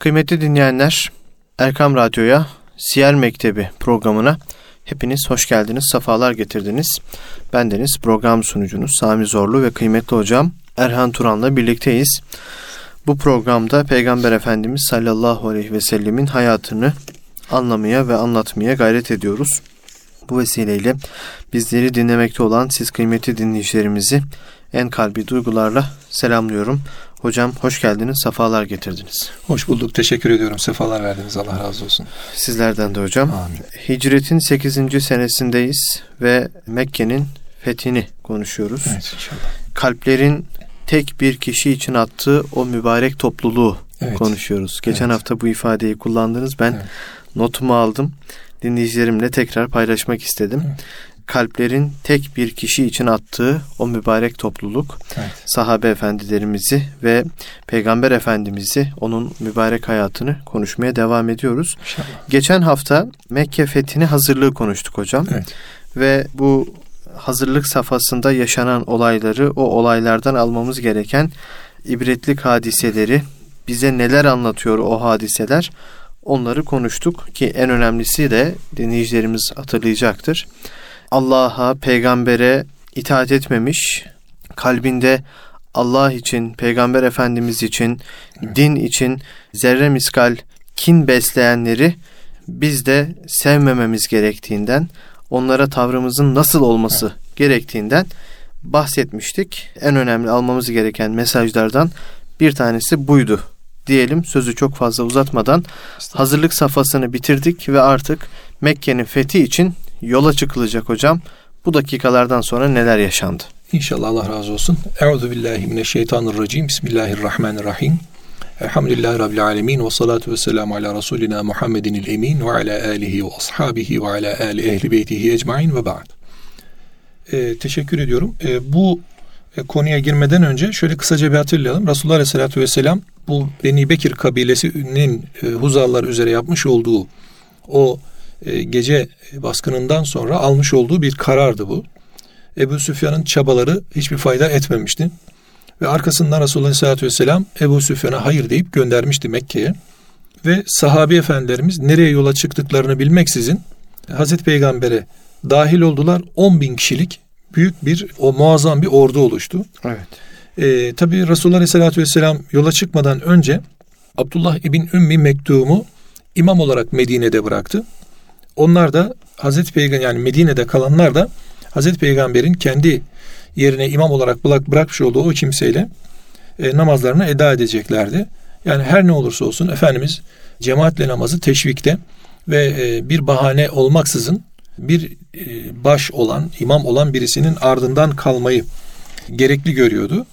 Kıymetli dinleyenler, Erkam Radyo'ya, Siyer Mektebi programına hepiniz hoş geldiniz, sefalar getirdiniz. Bendeniz program sunucunuz Sami Zorlu ve kıymetli hocam Erhan Turan'la birlikteyiz. Bu programda Peygamber Efendimiz sallallahu aleyhi ve sellemin hayatını anlamaya ve anlatmaya gayret ediyoruz. Bu vesileyle bizleri dinlemekte olan siz kıymetli dinleyicilerimizi en kalbi duygularla selamlıyorum. Hocam hoş geldiniz, sefalar getirdiniz. Hoş bulduk, teşekkür ediyorum. Sefalar verdiniz, Allah razı olsun. Sizlerden de hocam. Amin. Hicretin 8. senesindeyiz ve Mekke'nin fethini konuşuyoruz. Evet, inşallah. Kalplerin tek bir kişi için attığı o mübarek topluluğu konuşuyoruz. Geçen hafta bu ifadeyi kullandınız. Ben notumu aldım. Dinleyicilerimle tekrar paylaşmak istedim. Evet. Kalplerin tek bir kişi için attığı o mübarek topluluk, sahabe efendilerimizi ve Peygamber Efendimiz'i, onun mübarek hayatını konuşmaya devam ediyoruz. İnşallah. Geçen hafta Mekke fethine hazırlığı konuştuk hocam. Evet. Ve bu hazırlık safhasında yaşanan olayları, o olaylardan almamız gereken ibretlik hadiseleri, bize neler anlatıyor o hadiseler, onları konuştuk ki en önemlisi de dinleyicilerimiz hatırlayacaktır. Allah'a, peygambere itaat etmemiş, kalbinde Allah için, Peygamber Efendimiz için, din için zerre miskal kin besleyenleri biz de sevmememiz gerektiğinden, onlara tavrımızın nasıl olması gerektiğinden bahsetmiştik. En önemli almamız gereken mesajlardan bir tanesi buydu diyelim. Sözü çok fazla uzatmadan hazırlık safhasını bitirdik ve artık Mekke'nin fethi için yola çıkılacak hocam. Bu dakikalardan sonra neler yaşandı? İnşallah, Allah razı olsun. Euzubillahimineşşeytanirracim. Bismillahirrahmanirrahim. Elhamdülillahi Rabbil alemin. Ve salatu ve selamu ala Resulina Muhammedinil emin. Ve ala alihi ve ashabihi ve ala ali ehli beytihi ecmain ve ba'd. Teşekkür ediyorum. Bu konuya girmeden önce şöyle kısaca bir hatırlayalım. Resulullah Aleyhisselatü Vesselam bu Beni Bekir kabilesinin Huzallar üzere yapmış olduğu o gece baskınından sonra almış olduğu bir karardı bu. Ebu Süfyan'ın çabaları hiçbir fayda etmemişti. Ve arkasından Resulullah Aleyhisselatü Vesselam Ebu Süfyan'a hayır deyip göndermişti Mekke'ye. Ve sahabe efendilerimiz nereye yola çıktıklarını bilmeksizin Hazreti Peygamber'e dahil oldular. 10.000 kişilik büyük bir, o muazzam bir ordu oluştu. Evet. Tabii Resulullah Aleyhisselatü Vesselam yola çıkmadan önce Abdullah İbn Ümmi Mektum'u imam olarak Medine'de bıraktı. Onlar da Hazreti Peygamber, yani Medine'de kalanlar da Hazreti Peygamber'in kendi yerine imam olarak bırakmış olduğu o kimseyle namazlarını eda edeceklerdi. Yani her ne olursa olsun Efendimiz cemaatle namazı teşvikte ve bir bahane olmaksızın bir baş olan, imam olan birisinin ardından kalmayı gerekli görüyordu.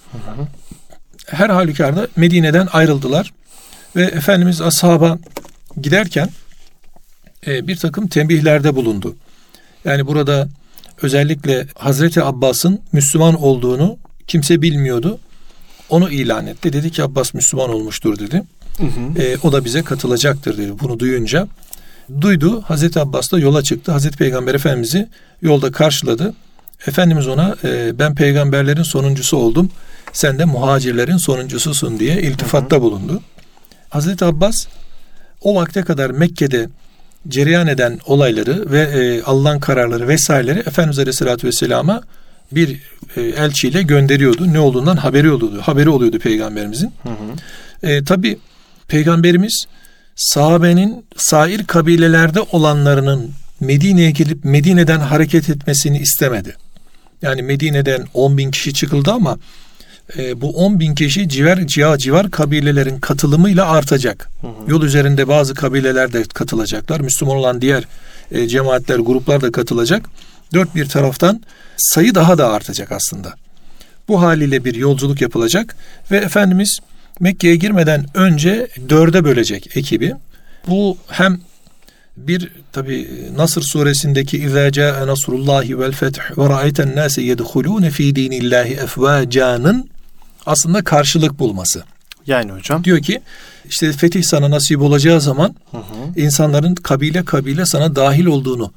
Her halükarda Medine'den ayrıldılar ve Efendimiz ashaba giderken bir takım tembihlerde bulundu. Yani burada özellikle Hazreti Abbas'ın Müslüman olduğunu kimse bilmiyordu. Onu ilan etti. Dedi ki Abbas Müslüman olmuştur dedi. O da bize katılacaktır dedi. Bunu duyunca duydu. Hazreti Abbas da yola çıktı. Hazreti Peygamber Efendimiz'i yolda karşıladı. Efendimiz ona ben peygamberlerin sonuncusu oldum. Sen de muhacirlerin sonuncususun diye iltifatta bulundu. Hazreti Abbas o vakte kadar Mekke'de cereyan eden olayları ve alınan kararları vesaireleri Efendimiz Aleyhisselatü Vesselam'a bir elçiyle gönderiyordu. Ne olduğundan haberi oluyordu Peygamberimizin. Tabi Peygamberimiz sahabenin sair kabilelerde olanlarının Medine'ye gelip Medine'den hareket etmesini istemedi. Yani Medine'den 10.000 kişi çıkıldı ama bu 10.000 kişi civar kabilelerin katılımıyla artacak. Yol üzerinde bazı kabileler de katılacaklar. Müslüman olan diğer cemaatler, gruplar da katılacak. Dört bir taraftan sayı daha da artacak aslında. Bu haliyle bir yolculuk yapılacak ve Efendimiz Mekke'ye girmeden önce 4'e bölecek ekibi. Bu hem bir tabi Nasr suresindeki İzâ câe nasrullâhi vel feth ve ra'ayten nâse yedhulûne fî dînillâhi efvâcânın aslında karşılık bulması. Yani hocam diyor ki işte fetih sana nasip olacağı zaman insanların kabile sana dahil olduğunu,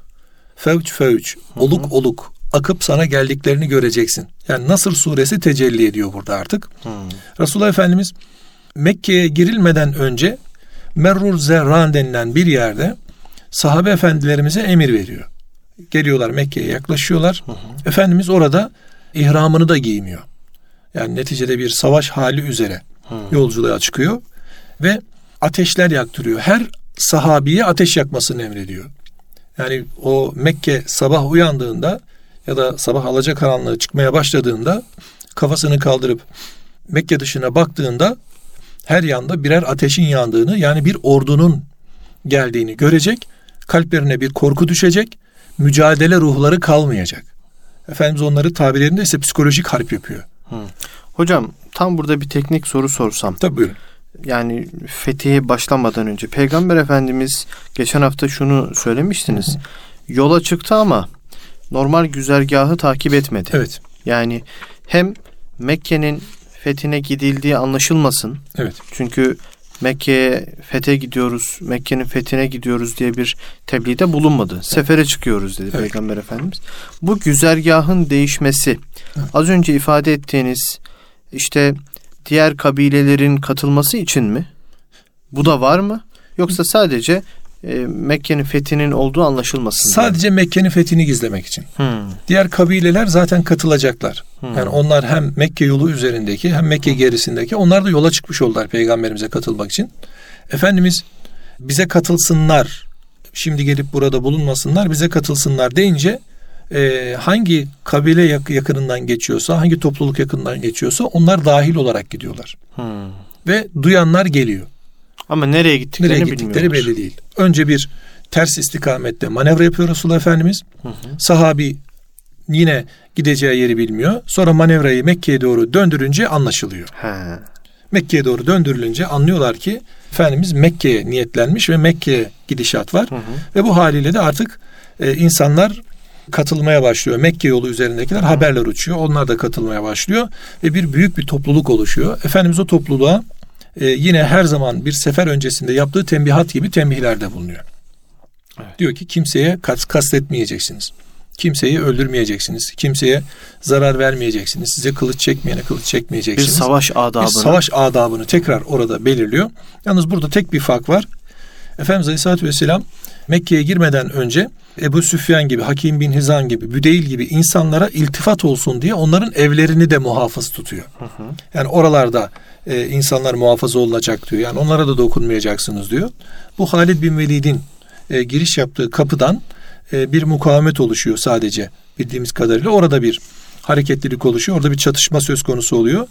fevç oluk akıp sana geldiklerini göreceksin. Yani Nasr suresi tecelli ediyor burada artık. Resulullah Efendimiz Mekke'ye girilmeden önce Merrur Zehran denilen bir yerde sahabe efendilerimize emir veriyor. Geliyorlar Mekke'ye yaklaşıyorlar. Efendimiz orada ihramını da giymiyor. Yani neticede bir savaş hali üzere yolculuğa çıkıyor ve ateşler yaktırıyor. Her sahabiye ateş yakmasını emrediyor. Yani o Mekke sabah uyandığında ya da sabah alacakaranlığı çıkmaya başladığında kafasını kaldırıp Mekke dışına baktığında her yanda birer ateşin yandığını, yani bir ordunun geldiğini görecek. Kalplerine bir korku düşecek. Mücadele ruhları kalmayacak. Efendimiz onları tabirlerinde ise psikolojik harp yapıyor. Hocam tam burada bir teknik soru sorsam. Tabii buyurun. Yani fethiye başlamadan önce Peygamber Efendimiz geçen hafta şunu söylemiştiniz. Yola çıktı ama normal güzergahı takip etmedi. Evet. Yani hem Mekke'nin fethine gidildiği anlaşılmasın. Evet. Çünkü Mekke'ye fethe gidiyoruz, Mekke'nin fethine gidiyoruz diye bir tebliğde bulunmadı. Evet. Sefere çıkıyoruz dedi Peygamber Efendimiz. Bu güzergahın değişmesi, az önce ifade ettiğiniz işte diğer kabilelerin katılması için mi? Bu da var mı? Yoksa sadece Mekke'nin fethinin olduğu anlaşılmasın. Sadece Mekke'nin fethini gizlemek için. Diğer kabileler zaten katılacaklar. Yani onlar hem Mekke yolu üzerindeki hem Mekke gerisindeki, onlar da yola çıkmış oldular Peygamberimize katılmak için. Efendimiz bize katılsınlar, şimdi gelip burada bulunmasınlar, bize katılsınlar deyince hangi kabile yakınından geçiyorsa, hangi topluluk yakınından geçiyorsa onlar dahil olarak gidiyorlar. Ve duyanlar geliyor. Ama nereye gittikleri belli değil. Önce bir ters istikamette manevra yapıyor Resulullah Efendimiz. Sahabi yine gideceği yeri bilmiyor. Sonra manevrayı Mekke'ye doğru döndürünce anlaşılıyor. Mekke'ye doğru döndürülünce anlıyorlar ki Efendimiz Mekke'ye niyetlenmiş ve Mekke'ye gidişat var. Ve bu haliyle de artık insanlar katılmaya başlıyor. Mekke yolu üzerindekiler haberler uçuyor. Onlar da katılmaya başlıyor. Ve büyük bir topluluk oluşuyor. Efendimiz o topluluğa yine her zaman bir sefer öncesinde yaptığı tembihat gibi tembihlerde bulunuyor. Evet. Diyor ki kimseye kastetmeyeceksiniz. Kimseyi öldürmeyeceksiniz. Kimseye zarar vermeyeceksiniz. Size kılıç çekmeyene kılıç çekmeyeceksiniz. Bir savaş adabını. Bir savaş adabını tekrar orada belirliyor. Yalnız burada tek bir fark var. Efendimiz Aleyhisselatü Vesselam Mekke'ye girmeden önce Ebu Süfyan gibi, Hakim bin Hizam gibi, Büdeyl gibi insanlara iltifat olsun diye onların evlerini de muhafız tutuyor. Yani oralarda insanlar muhafaza olacak diyor. Yani onlara da dokunmayacaksınız diyor. Bu Halid bin Velid'in giriş yaptığı kapıdan bir mukavemet oluşuyor sadece bildiğimiz kadarıyla. Orada bir hareketlilik oluşuyor. Orada bir çatışma söz konusu oluyor.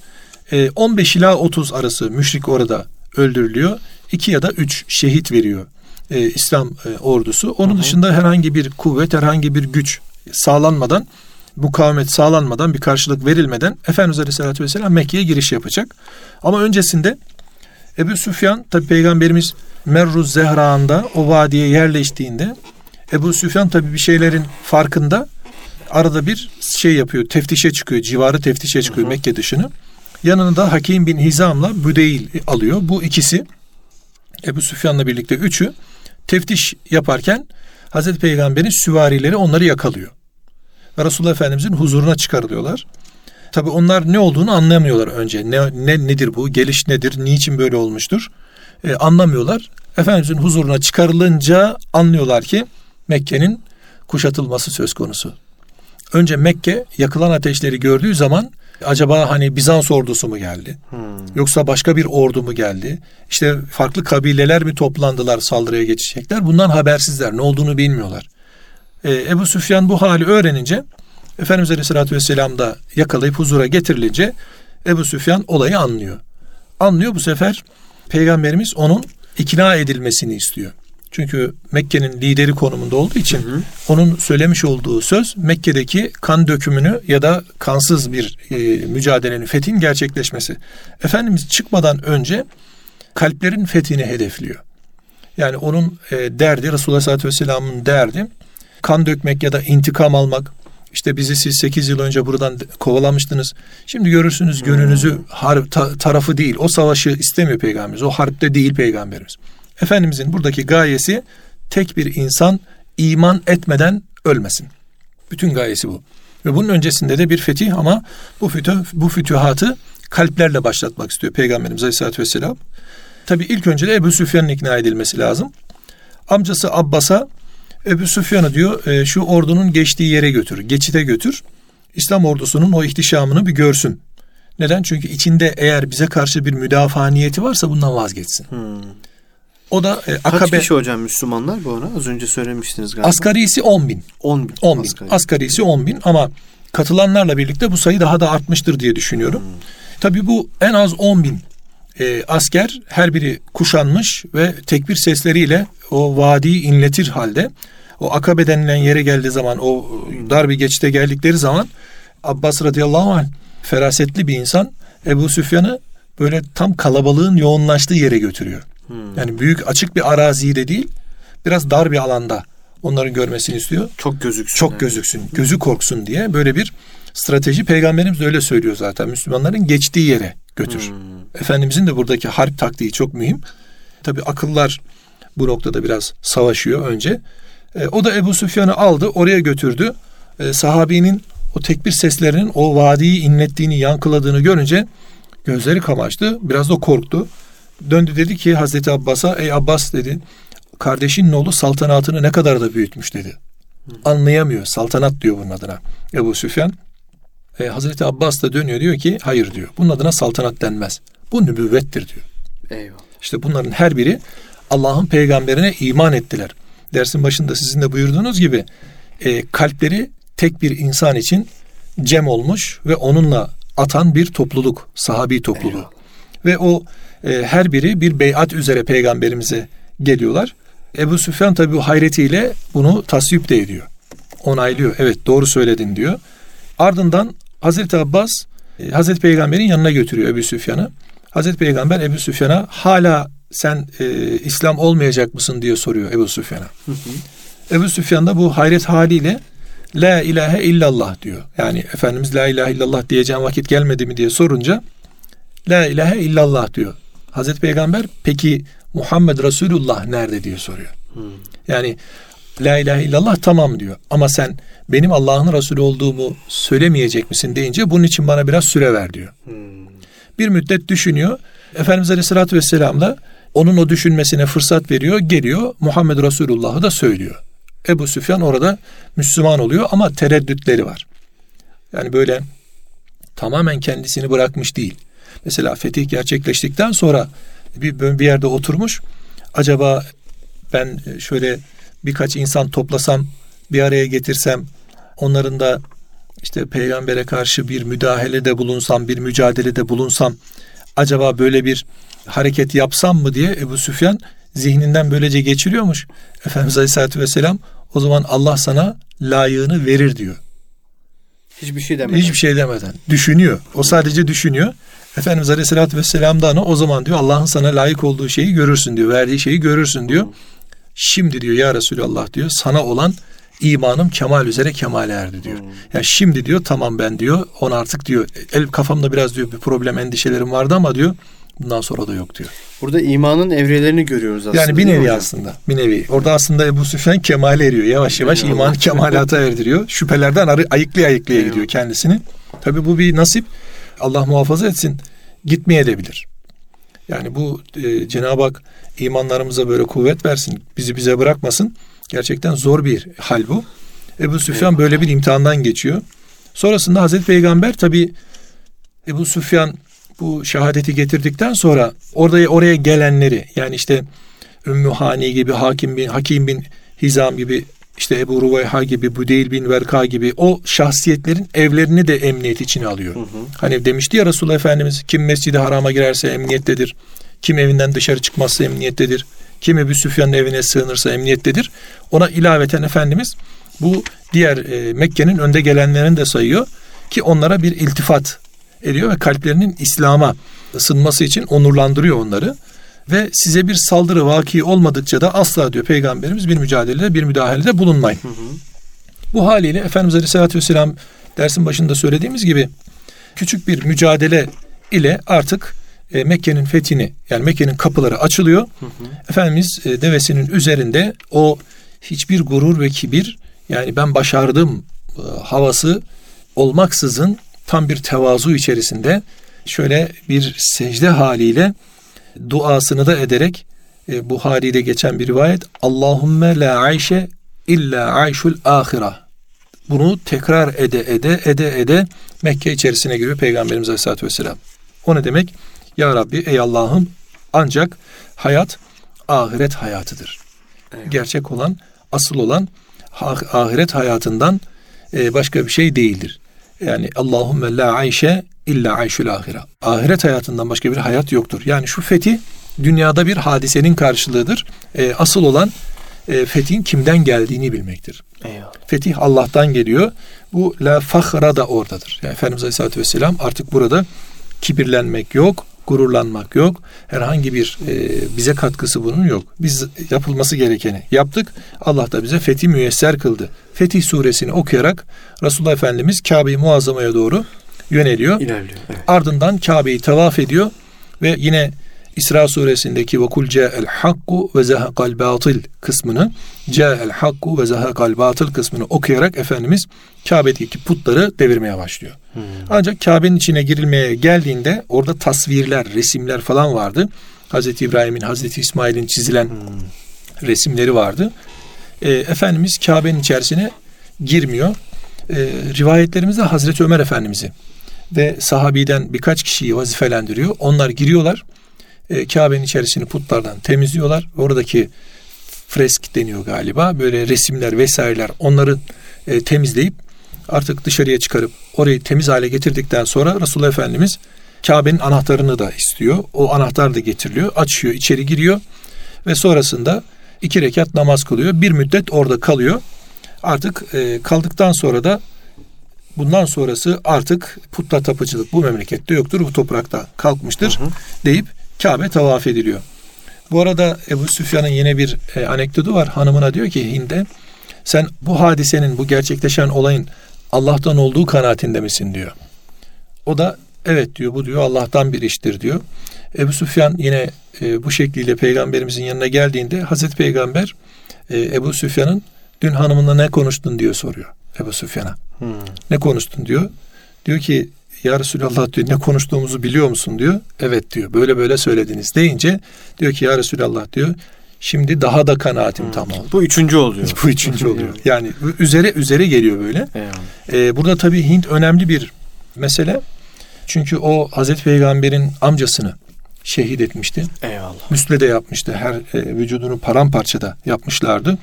15 ila 30 arası müşrik orada öldürülüyor. 2 ya da 3 şehit veriyor İslam ordusu. Onun dışında herhangi bir kuvvet, herhangi bir güç sağlanmadan, mukavemet sağlanmadan, bir karşılık verilmeden Efendimiz Aleyhisselatü Vesselam Mekke'ye giriş yapacak. Ama öncesinde Ebu Süfyan, tabi Peygamberimiz Merruz Zehra'nda o vadiye yerleştiğinde Ebu Süfyan tabi bir şeylerin farkında, arada bir şey yapıyor, teftişe çıkıyor, civarı teftişe çıkıyor Mekke dışını. Yanına da Hakim bin Hizam'la Büdeyl alıyor. Bu ikisi, Ebu Süfyan'la birlikte üçü teftiş yaparken Hazreti Peygamber'in süvarileri onları yakalıyor. Ve Resulullah Efendimiz'in huzuruna çıkarılıyorlar. Tabi onlar ne olduğunu anlayamıyorlar önce. Nedir bu? Geliş nedir? Niçin böyle olmuştur? Anlamıyorlar. Efendimiz'in huzuruna çıkarılınca anlıyorlar ki Mekke'nin kuşatılması söz konusu. Önce Mekke yakılan ateşleri gördüğü zaman acaba hani Bizans ordusu mu geldi? Yoksa başka bir ordu mu geldi? İşte farklı kabileler mi toplandılar, saldırıya geçecekler? Bundan habersizler. Ne olduğunu bilmiyorlar. Ebu Süfyan bu hali öğrenince Efendimiz Aleyhisselatü Vesselam da yakalayıp huzura getirilince Ebu Süfyan olayı anlıyor. Anlıyor, bu sefer Peygamberimiz onun ikna edilmesini istiyor. Çünkü Mekke'nin lideri konumunda olduğu için onun söylemiş olduğu söz Mekke'deki kan dökümünü ya da kansız bir mücadelenin, fethin gerçekleşmesi. Efendimiz çıkmadan önce kalplerin fethini hedefliyor. Yani onun derdi, Resulullah sallallahu aleyhi ve sellem'in derdi kan dökmek ya da intikam almak. İşte bizi siz 8 yıl önce buradan kovalamıştınız. Şimdi görürsünüz gönlünüzü tarafı değil. O savaşı istemiyor Peygamberimiz. O harpte değil Peygamberimiz. Efendimizin buradaki gayesi tek bir insan iman etmeden ölmesin. Bütün gayesi bu. Ve bunun öncesinde de bir fetih, ama bu fütühatı kalplerle başlatmak istiyor Peygamberimiz Aleyhisselatü Vesselam. Tabii ilk önce de Ebu Süfyan'ın ikna edilmesi lazım. Amcası Abbas'a Ebu Süfyan'ı diyor şu ordunun geçtiği yere götür, geçide götür. İslam ordusunun o ihtişamını bir görsün. Neden? Çünkü içinde eğer bize karşı bir müdafaa niyeti varsa bundan vazgeçsin. O da Akabe... Kaç kişi hocam Müslümanlar bu ona? Az önce söylemiştiniz galiba. Asgarisi 10.000. 10.000. Asgarisi 10.000 ama katılanlarla birlikte bu sayı daha da artmıştır diye düşünüyorum. Tabii bu en az 10.000 asker, her biri kuşanmış ve tekbir sesleriyle o vadiyi inletir halde. O Akabe denilen yere geldiği zaman, o dar bir geçite geldikleri zaman Abbas radıyallahu anh ferasetli bir insan Ebu Süfyan'ı böyle tam kalabalığın yoğunlaştığı yere götürüyor. Yani büyük açık bir araziyi de değil, biraz dar bir alanda onların görmesini istiyor. Çok gözüksün. Çok gözüksün, gözü korksun diye böyle bir strateji. Peygamberimiz de öyle söylüyor zaten. Müslümanların geçtiği yere götür. Efendimizin de buradaki harp taktiği çok mühim. Tabii akıllar bu noktada biraz savaşıyor önce. O da Ebu Süfyan'ı aldı, oraya götürdü. Sahabinin o tekbir seslerinin o vadiyi inlettiğini, yankıladığını görünce gözleri kamaştı. Biraz da korktu. Döndü dedi ki Hazreti Abbas'a, ey Abbas dedi, kardeşinin oğlu saltanatını ne kadar da büyütmüş dedi. Anlayamıyor, saltanat diyor bunun adına Ebu Süfyan. Hazreti Abbas da dönüyor, diyor ki hayır diyor, bunun adına saltanat denmez. Bu nübüvvettir diyor. Eyvallah. İşte bunların her biri Allah'ın peygamberine iman ettiler. Dersin başında sizin de buyurduğunuz gibi kalpleri tek bir insan için cem olmuş ve onunla atan bir topluluk, sahabi topluluğu. Eyvallah. Ve o her biri bir beyat üzere peygamberimize geliyorlar. Ebu Süfyan tabi bu hayretiyle bunu tasvip de ediyor. Onaylıyor. Evet, doğru söyledin diyor. Ardından Hazreti Abbas Hazreti Peygamber'in yanına götürüyor Ebu Süfyan'ı. Hazreti Peygamber Ebu Süfyan'a hala sen İslam olmayacak mısın diye soruyor Ebu Süfyan'a. Ebu Süfyan da bu hayret haliyle la ilahe illallah diyor. Yani Efendimiz la ilahe illallah diyeceğim vakit gelmedi mi diye sorunca la ilahe illallah diyor. Hazreti Peygamber peki Muhammed Resulullah nerede diye soruyor. Yani la ilahe illallah tamam diyor. Ama sen benim Allah'ın Resulü olduğumu söylemeyecek misin deyince bunun için bana biraz süre ver diyor. Bir müddet düşünüyor. Efendimiz Aleyhisselatü Vesselam da onun o düşünmesine fırsat veriyor. Geliyor Muhammed Resulullah'ı da söylüyor. Ebu Süfyan orada Müslüman oluyor ama tereddütleri var. Yani böyle tamamen kendisini bırakmış değil. Mesela fetih gerçekleştikten sonra bir yerde oturmuş. Acaba ben şöyle birkaç insan toplasam, bir araya getirsem, onların da işte peygambere karşı bir müdahalede bulunsam, bir mücadelede bulunsam, acaba böyle bir hareket yapsam mı diye Ebu Süfyan zihninden böylece geçiriyormuş. Efendimiz Aleyhisselatü Vesselam o zaman Allah sana layığını verir diyor. Hiçbir şey demeden. Hiçbir şey demeden. Düşünüyor. O sadece düşünüyor. Efendimiz Aleyhisselatü Vesselam'dan o zaman diyor Allah'ın sana layık olduğu şeyi görürsün diyor. Verdiği şeyi görürsün diyor. Şimdi diyor ya Resulallah diyor sana olan imanım kemal üzere kemale erdi diyor. Yani şimdi diyor tamam ben diyor onu artık diyor kafamda biraz diyor bir problem endişelerim vardı ama diyor bundan sonra da yok diyor. Burada imanın evrelerini görüyoruz aslında. Yani bir nevi aslında. Bir nevi. Orada aslında Ebu Süfyan kemale eriyor. Yavaş yavaş imanı kemalata erdiriyor. Şüphelerden ayıklaya gidiyor kendisini. Tabii bu bir nasip. Allah muhafaza etsin. Gitmeyebilir. Yani bu Cenab-ı Hak imanlarımıza böyle kuvvet versin. Bize bırakmasın. Gerçekten zor bir hal bu. Ebu Süfyan böyle bir imtihandan geçiyor. Sonrasında Hazreti Peygamber tabii Ebu Süfyan bu şehadeti getirdikten sonra oraya gelenleri yani işte Ümmü Hani gibi, Hakim bin Hizam gibi, işte Ebu Ruveyha gibi, Budeyl bin Verka gibi o şahsiyetlerin evlerini de emniyet içine alıyor. Hani demişti ya Resulullah Efendimiz kim Mescid-i Haram'a girerse emniyettedir. Kim evinden dışarı çıkmazsa emniyettedir. Kim Ebu Süfyan'ın evine sığınırsa emniyettedir. Ona ilaveten Efendimiz bu diğer Mekke'nin önde gelenlerini de sayıyor ki onlara bir iltifat ediyor ve kalplerinin İslam'a ısınması için onurlandırıyor onları. Ve size bir saldırı vaki olmadıkça da asla diyor Peygamberimiz bir mücadelede, bir müdahalede bulunmayın. Bu haliyle Efendimiz Aleyhisselatü Vesselam dersin başında söylediğimiz gibi küçük bir mücadele ile artık Mekke'nin fethini yani Mekke'nin kapıları açılıyor. Efendimiz devesinin üzerinde o hiçbir gurur ve kibir yani ben başardım havası olmaksızın tam bir tevazu içerisinde şöyle bir secde haliyle duasını da ederek Buhari'de geçen bir rivayet, Allahümme la ayşe illa ayşul ahira. Bunu tekrar ede Mekke içerisine giriyor Peygamberimiz Aleyhisselatü Vesselam. O ne demek? Ya Rabbi, ey Allah'ım, ancak hayat ahiret hayatıdır. Evet. Gerçek olan, asıl olan ahiret hayatından başka bir şey değildir. Yani Allahümme la ayşe illa ayşul ahira. Ahiret hayatından başka bir hayat yoktur. Yani şu fetih dünyada bir hadisenin karşılığıdır. Asıl olan fethin kimden geldiğini bilmektir. Eyvallah. Fetih Allah'tan geliyor. Bu la fahra da oradadır. Yani Efendimiz Aleyhisselatü Vesselam artık burada kibirlenmek yok, gururlanmak yok. Herhangi bir bize katkısı bunun yok. Biz yapılması gerekeni yaptık. Allah da bize fethi müyesser kıldı. Fetih suresini okuyarak Resulullah Efendimiz Kabe-i Muazzama'ya doğru yöneliyor. İlerliyor. Evet. Ardından Kabe'yi tavaf ediyor ve yine İsra suresindeki ve kul ca'el hakku ve zahaqal batil kısmını, ca'el hakku ve zahaqal batil kısmını okuyarak Efendimiz Kabe'deki putları devirmeye başlıyor. Ancak Kabe'nin içine girilmeye geldiğinde orada tasvirler, resimler falan vardı. Hazreti İbrahim'in, Hazreti İsmail'in çizilen resimleri vardı. Efendimiz Kabe'nin içerisine girmiyor. Rivayetlerimizde Hazreti Ömer Efendimiz'i ve sahabiden birkaç kişiyi vazifelendiriyor. Onlar giriyorlar. Kabe'nin içerisini putlardan temizliyorlar. Oradaki fresk deniyor galiba. Böyle resimler vesaireler, onları temizleyip artık dışarıya çıkarıp orayı temiz hale getirdikten sonra Resulullah Efendimiz Kabe'nin anahtarını da istiyor. O anahtar da getiriliyor. Açıyor, içeri giriyor ve sonrasında 2 rekat namaz kılıyor. Bir müddet orada kalıyor. Artık kaldıktan sonra da bundan sonrası artık putla tapıcılık bu memlekette yoktur. Bu toprakta kalkmıştır deyip Kabe tavaf ediliyor. Bu arada Ebu Süfyan'ın yine bir anekdotu var. Hanımına diyor ki Hind'e, sen bu hadisenin, bu gerçekleşen olayın Allah'tan olduğu kanaatinde misin diyor. O da evet diyor, bu diyor Allah'tan bir iştir diyor. Ebu Süfyan yine bu şekliyle Peygamberimizin yanına geldiğinde Hazreti Peygamber Ebu Süfyan'ın dün hanımınla ne konuştun diyor soruyor Ebu Süfyan'a. Ne konuştun diyor. Diyor ki ya Resulallah diyor, ne konuştuğumuzu biliyor musun diyor. Evet diyor, böyle böyle söylediniz deyince diyor ki ya Resulallah diyor, şimdi daha da kanaatim tam oldu. Bu 3. oluyor. Bu 3. oluyor. Yani üzere geliyor böyle. Burada tabii Hint önemli bir mesele. Çünkü o Hazreti Peygamber'in amcasını şehit etmişti. Eyvallah. Müsle yapmıştı. Her vücudunu paramparça da yapmışlardı.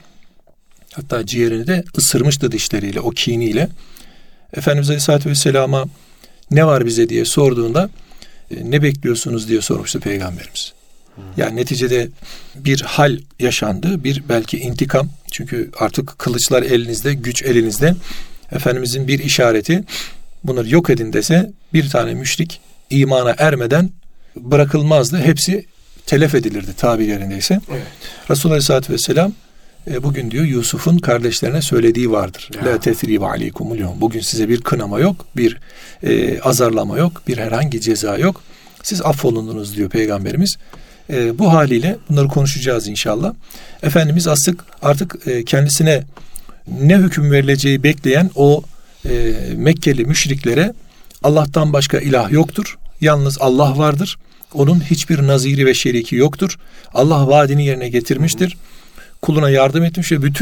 Hatta ciğerini de ısırmıştı dişleriyle, o kiniyle. Efendimiz Aleyhisselatü Vesselam'a ne var bize diye sorduğunda ne bekliyorsunuz diye sormuştu Peygamberimiz. Yani neticede bir hal yaşandı, bir belki intikam. Çünkü artık kılıçlar elinizde, güç elinizde. Efendimizin bir işareti, bunları yok edin dese bir tane müşrik imana ermeden bırakılmazdı. Hepsi telef edilirdi tabir yerindeyse. Evet. Resulullah Aleyhisselatü Vesselam bugün diyor Yusuf'un kardeşlerine söylediği vardır. La tesribe aleykumul yevm. Bugün size bir kınama yok, bir azarlama yok, bir herhangi ceza yok. Siz affolundunuz diyor Peygamberimiz. Bu haliyle bunları konuşacağız inşallah. Efendimiz artık kendisine ne hüküm verileceği bekleyen o Mekkeli müşriklere Allah'tan başka ilah yoktur. Yalnız Allah vardır. Onun hiçbir naziri ve şeriki yoktur. Allah vaadini yerine getirmiştir. Kuluna yardım etmiş ve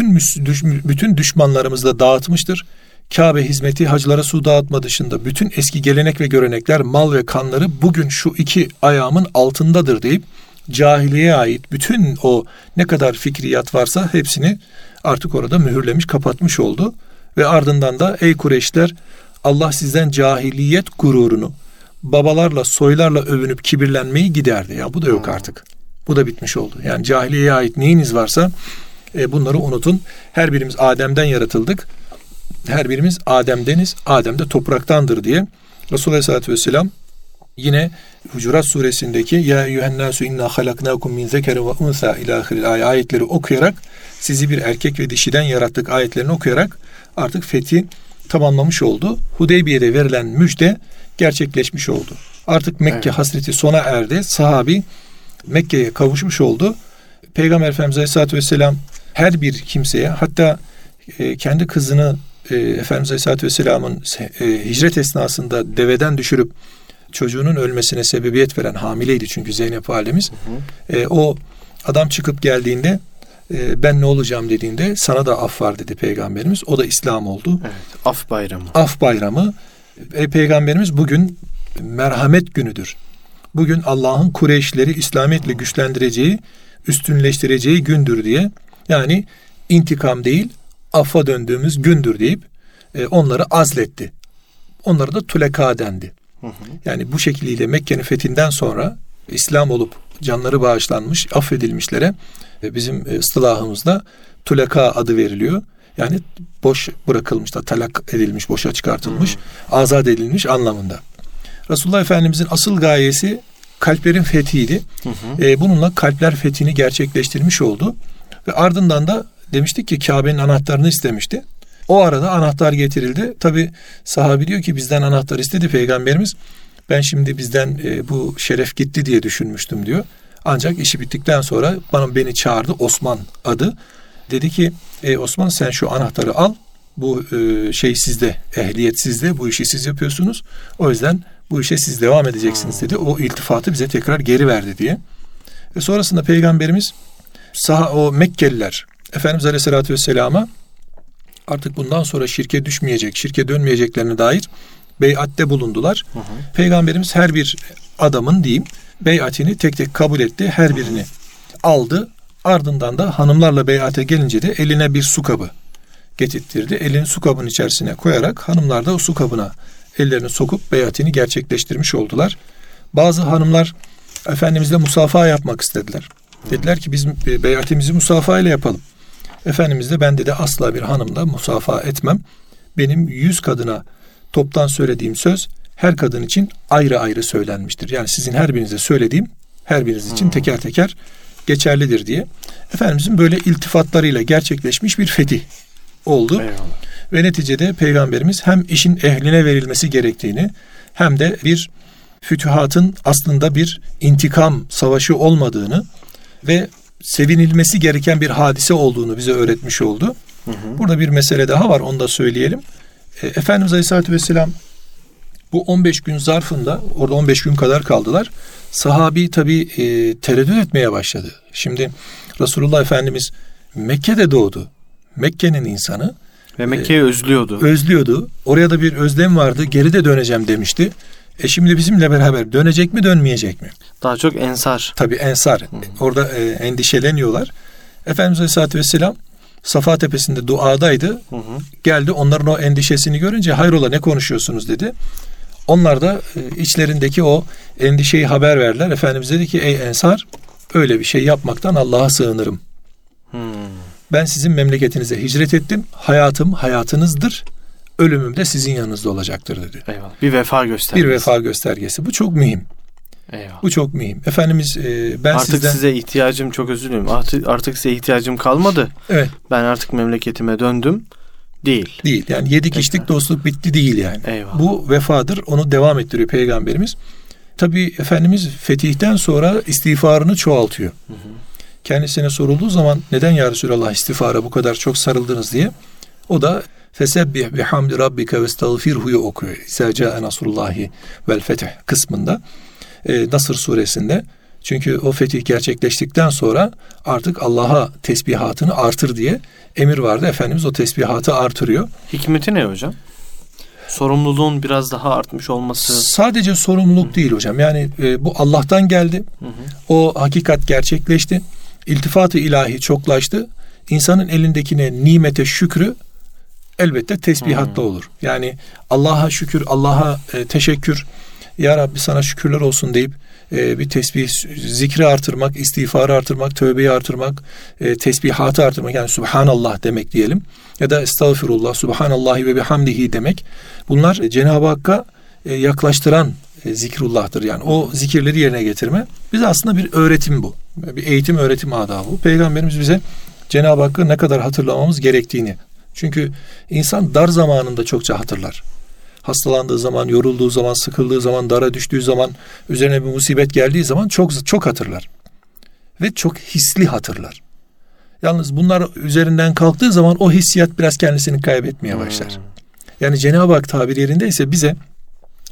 bütün düşmanlarımızı da dağıtmıştır. Kabe hizmeti, hacılara su dağıtma dışında bütün eski gelenek ve görenekler, mal ve kanları bugün şu 2 ayağımın altındadır deyip cahiliyeye ait bütün o ne kadar fikriyat varsa hepsini artık orada mühürlemiş, kapatmış oldu. Ve ardından da ey Kureyşler, Allah sizden cahiliyet gururunu, babalarla, soylarla övünüp kibirlenmeyi giderdi. Ya bu da yok artık. Bu da bitmiş oldu. Yani cahiliyeye ait neyiniz varsa bunları unutun. Her birimiz Adem'den yaratıldık. Her birimiz Adem'deniz. Adem de topraktandır diye Resulullah Aleyhisselatü Vesselam yine Hucurat suresindeki ya eyyühennâsü inna halaknâkum min zekeri ve unsa ilâhiril ayetleri okuyarak, sizi bir erkek ve dişiden yarattık ayetlerini okuyarak artık fethi tamamlamış oldu. Hudeybiye'de verilen müjde gerçekleşmiş oldu. Artık Mekke hasreti sona erdi. Sahabi Mekke'ye kavuşmuş oldu. Peygamber Efendimiz Aleyhisselatü Vesselam her bir kimseye, hatta kendi kızını Efendimiz Aleyhisselatü Vesselam'ın hicret esnasında deveden düşürüp çocuğunun ölmesine sebebiyet veren, hamileydi çünkü Zeynep validemiz. O adam çıkıp geldiğinde ben ne olacağım dediğinde sana da af var dedi Peygamberimiz. O da İslam oldu. Evet, af bayramı. Af bayramı. Peygamberimiz bugün merhamet günüdür. Bugün Allah'ın Kureyşleri İslamiyetle güçlendireceği, üstünleştireceği gündür diye. Yani intikam değil, affa döndüğümüz gündür deyip onları azletti. Onlara da tuleka dendi. Yani bu şekliyle Mekke'nin fethinden sonra İslam olup canları bağışlanmış, affedilmişlere bizim ıstılahımızda tuleka adı veriliyor. Yani boş bırakılmış da talak edilmiş, boşa çıkartılmış, azat edilmiş anlamında. Resulullah Efendimizin asıl gayesi kalplerin fethiydi. Bununla kalpler fethini gerçekleştirmiş oldu. Ve ardından da demiştik ki Kabe'nin anahtarını istemişti. O arada anahtar getirildi. Tabi sahabi diyor ki bizden anahtar istedi Peygamberimiz. Ben şimdi bizden bu şeref gitti diye düşünmüştüm diyor. Ancak işi bittikten sonra beni çağırdı, Osman adı. Dedi ki Osman sen şu anahtarı al. Bu şey sizde, ehliyet sizde, bu işi siz yapıyorsunuz. O yüzden bu işe siz devam edeceksiniz dedi. O iltifatı bize tekrar geri verdi diye. Ve sonrasında Peygamberimiz o Mekkeliler Efendimiz Aleyhisselatü Vesselam'a artık bundan sonra şirke düşmeyecek, şirke dönmeyeceklerine dair beyatte bulundular. Peygamberimiz her bir adamın diyeyim beyatini tek tek kabul etti. Her birini aldı. Ardından da hanımlarla beyate gelince de eline bir su kabı getirtirdi. Elini su kabının içerisine koyarak hanımlar da o su kabına ellerini sokup beyatini gerçekleştirmiş oldular. Bazı hanımlar Efendimizle musafaha yapmak istediler. Dediler ki biz beyatimizi musafaha ile yapalım. Efendimiz de ben dedi asla bir hanımla musafaha etmem. Benim 100 kadına toptan söylediğim söz her kadın için ayrı ayrı söylenmiştir. Yani sizin her birinize söylediğim her biriniz için teker teker geçerlidir diye. Efendimizin böyle iltifatlarıyla gerçekleşmiş bir fetih oldu. Eyvallah. Ve neticede Peygamberimiz hem işin ehline verilmesi gerektiğini hem de bir fütühatın aslında bir intikam savaşı olmadığını ve sevinilmesi gereken bir hadise olduğunu bize öğretmiş oldu. Burada bir mesele daha var, onu da söyleyelim. Efendimiz Aleyhisselatü Vesselam bu 15 gün zarfında, orada 15 gün kadar kaldılar. Sahabi tabii tereddüt etmeye başladı. Şimdi Resulullah Efendimiz Mekke'de doğdu. Mekke'nin insanı. Ve Mekke'yi özlüyordu. Özlüyordu. Oraya da bir özlem vardı. Geri de döneceğim demişti. Şimdi bizimle beraber dönecek mi dönmeyecek mi? Daha çok ensar. Tabii ensar. Orada endişeleniyorlar. Efendimiz Aleyhisselatü Vesselam Safa Tepesi'nde duadaydı. Geldi onların o endişesini görünce hayrola ne konuşuyorsunuz dedi. Onlar da içlerindeki o endişeyi haber verdiler. Efendimiz dedi ki ey ensar öyle bir şey yapmaktan Allah'a sığınırım. Ben sizin memleketinize hicret ettim. Hayatım hayatınızdır. Ölümüm de sizin yanınızda olacaktır dedi. Eyvallah. Bir vefa göstergesi. Bir vefa göstergesi. Bu çok mühim. Eyvallah. Bu çok mühim. Efendimiz ben artık sizden... size ihtiyacım çok özür dilerim. Artık size ihtiyacım kalmadı. Evet. Ben artık memleketime döndüm. Değil. Değil. Yani yedik içtik dostluk bitti değil yani. Eyvallah. Bu vefadır. Onu devam ettiriyor Peygamberimiz. Tabii Efendimiz fetihten sonra istiğfarını çoğaltıyor. Kendisine sorulduğu zaman neden ya Resulallah istiğfara bu kadar çok sarıldınız diye. O da fesebbih bihamdi rabbike vestağfirhu'yu okuyor. İzâ câe nasrullâhi vel fetih kısmında. Nasr suresinde. Çünkü o fetih gerçekleştikten sonra artık Allah'a tesbihatını artır diye emir vardı. Efendimiz o tesbihatı artırıyor. Hikmeti ne hocam? Sorumluluğun biraz daha artmış olması. Sadece sorumluluk değil hocam. Yani bu Allah'tan geldi. O hakikat gerçekleşti. İltifat-ı ilahi çoklaştı. İnsanın elindekine nimete şükrü elbette tesbihatla olur. Yani Allah'a şükür, Allah'a teşekkür, ya Rabbi sana şükürler olsun deyip bir tesbih, zikri artırmak, istiğfarı artırmak, tövbeyi artırmak, tesbihatı artırmak, yani Subhanallah demek diyelim ya da Estağfirullah, Subhanallahi ve bihamdihi demek. Bunlar Cenab-ı Hakk'a yaklaştıran zikrullah'tır. Yani o zikirleri yerine getirme. Bize aslında bir öğretim bu. Bir eğitim öğretim adabı. Peygamberimiz bize Cenab-ı Hakk'ı ne kadar hatırlamamız gerektiğini. Çünkü insan dar zamanında çokça hatırlar. Hastalandığı zaman, yorulduğu zaman, sıkıldığı zaman, dara düştüğü zaman, üzerine bir musibet geldiği zaman çok hatırlar. Ve çok hisli hatırlar. Yalnız bunlar üzerinden kalktığı zaman o hissiyat biraz kendisini kaybetmeye başlar. Yani Cenab-ı Hak tabir yerindeyse bize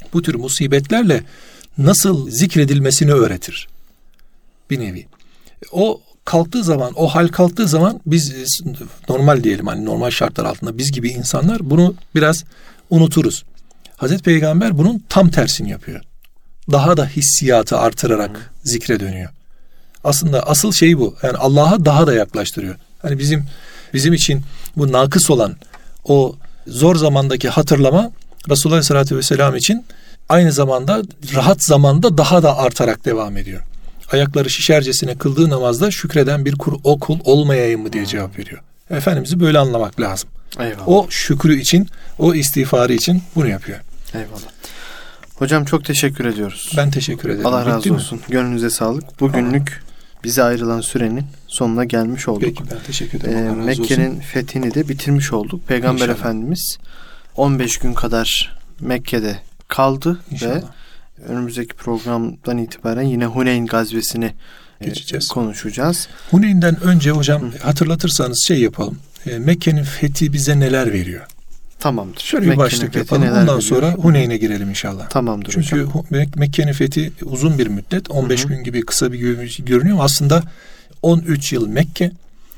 bu tür musibetlerle nasıl zikredilmesini öğretir. Bir nevi. O kalktığı zaman, o hal kalktığı zaman biz normal diyelim, hani normal şartlar altında biz gibi insanlar bunu biraz unuturuz. Hazreti Peygamber bunun tam tersini yapıyor. Daha da hissiyatı artırarak zikre dönüyor. Aslında asıl şey bu. Yani Allah'a daha da yaklaştırıyor. Hani bizim için bu nakıs olan o zor zamandaki hatırlama Resulullah Aleyhisselatü Vesselam için aynı zamanda rahat zamanda daha da artarak devam ediyor. Ayakları şişercesine kıldığı namazda şükreden bir kul olmayayım mı diye cevap veriyor. Efendimiz'i böyle anlamak lazım. Eyvallah. O şükrü için, o istiğfarı için bunu yapıyor. Eyvallah. Hocam çok teşekkür ediyoruz. Ben teşekkür ederim. Allah razı olsun. Gönlünüze sağlık. Bugünlük bize ayrılan sürenin sonuna gelmiş olduk. Peki, ben teşekkür ederim. Mekke'nin fethini de bitirmiş olduk. Peygamber İnşallah. Efendimiz 15 gün kadar Mekke'de kaldı İnşallah. Ve önümüzdeki programdan itibaren yine Huneyn gazvesini konuşacağız. Huneyn'den önce hocam hatırlatırsanız şey yapalım. Mekke'nin fethi bize neler veriyor? Tamamdır. Şöyle bir başlık yapalım. Ondan sonra Huneyn'e girelim inşallah. Tamamdır. Çünkü hocam. Mekke'nin fethi uzun bir müddet. 15 gün gibi kısa bir görünüyor ama aslında 13 yıl Mekke,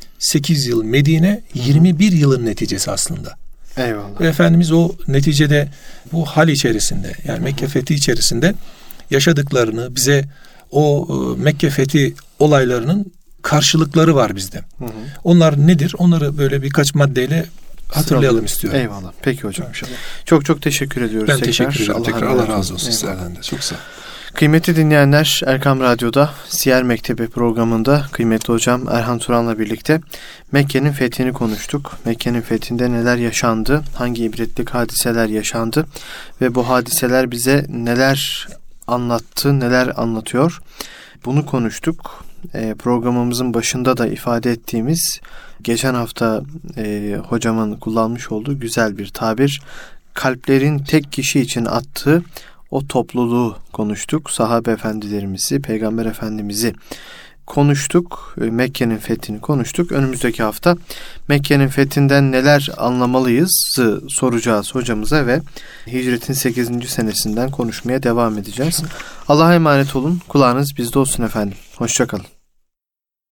8 yıl Medine, 21 yılın neticesi aslında. Eyvallah. Ve Efendimiz o neticede bu hal içerisinde, yani Mekke fethi içerisinde yaşadıklarını, bize o Mekke fethi olaylarının karşılıkları var bizde. Onlar nedir? Onları böyle birkaç maddeyle hatırlayalım istiyorum. Eyvallah. Peki hocam. Çok çok teşekkür ediyoruz. Ben teşekkür ederim. Tekrar Allah razı olsun sizlerden de. Çok sağ olun. Kıymetli dinleyenler, Erkam Radyo'da Siyer Mektebi programında kıymetli hocam Erhan Turan'la birlikte Mekke'nin fethini konuştuk. Mekke'nin fethinde neler yaşandı, hangi ibretlik hadiseler yaşandı ve bu hadiseler bize neler anlattı, neler anlatıyor. Bunu konuştuk. Programımızın başında da ifade ettiğimiz, geçen hafta hocamın kullanmış olduğu güzel bir tabir, kalplerin tek kişi için attığı o topluluğu konuştuk. Sahabe efendilerimizi, Peygamber Efendimiz'i konuştuk. Mekke'nin fethini konuştuk. Önümüzdeki hafta Mekke'nin fethinden neler anlamalıyız soracağız hocamıza ve hicretin 8. senesinden konuşmaya devam edeceğiz. Allah'a emanet olun. Kulağınız bizde olsun efendim. Hoşça kalın.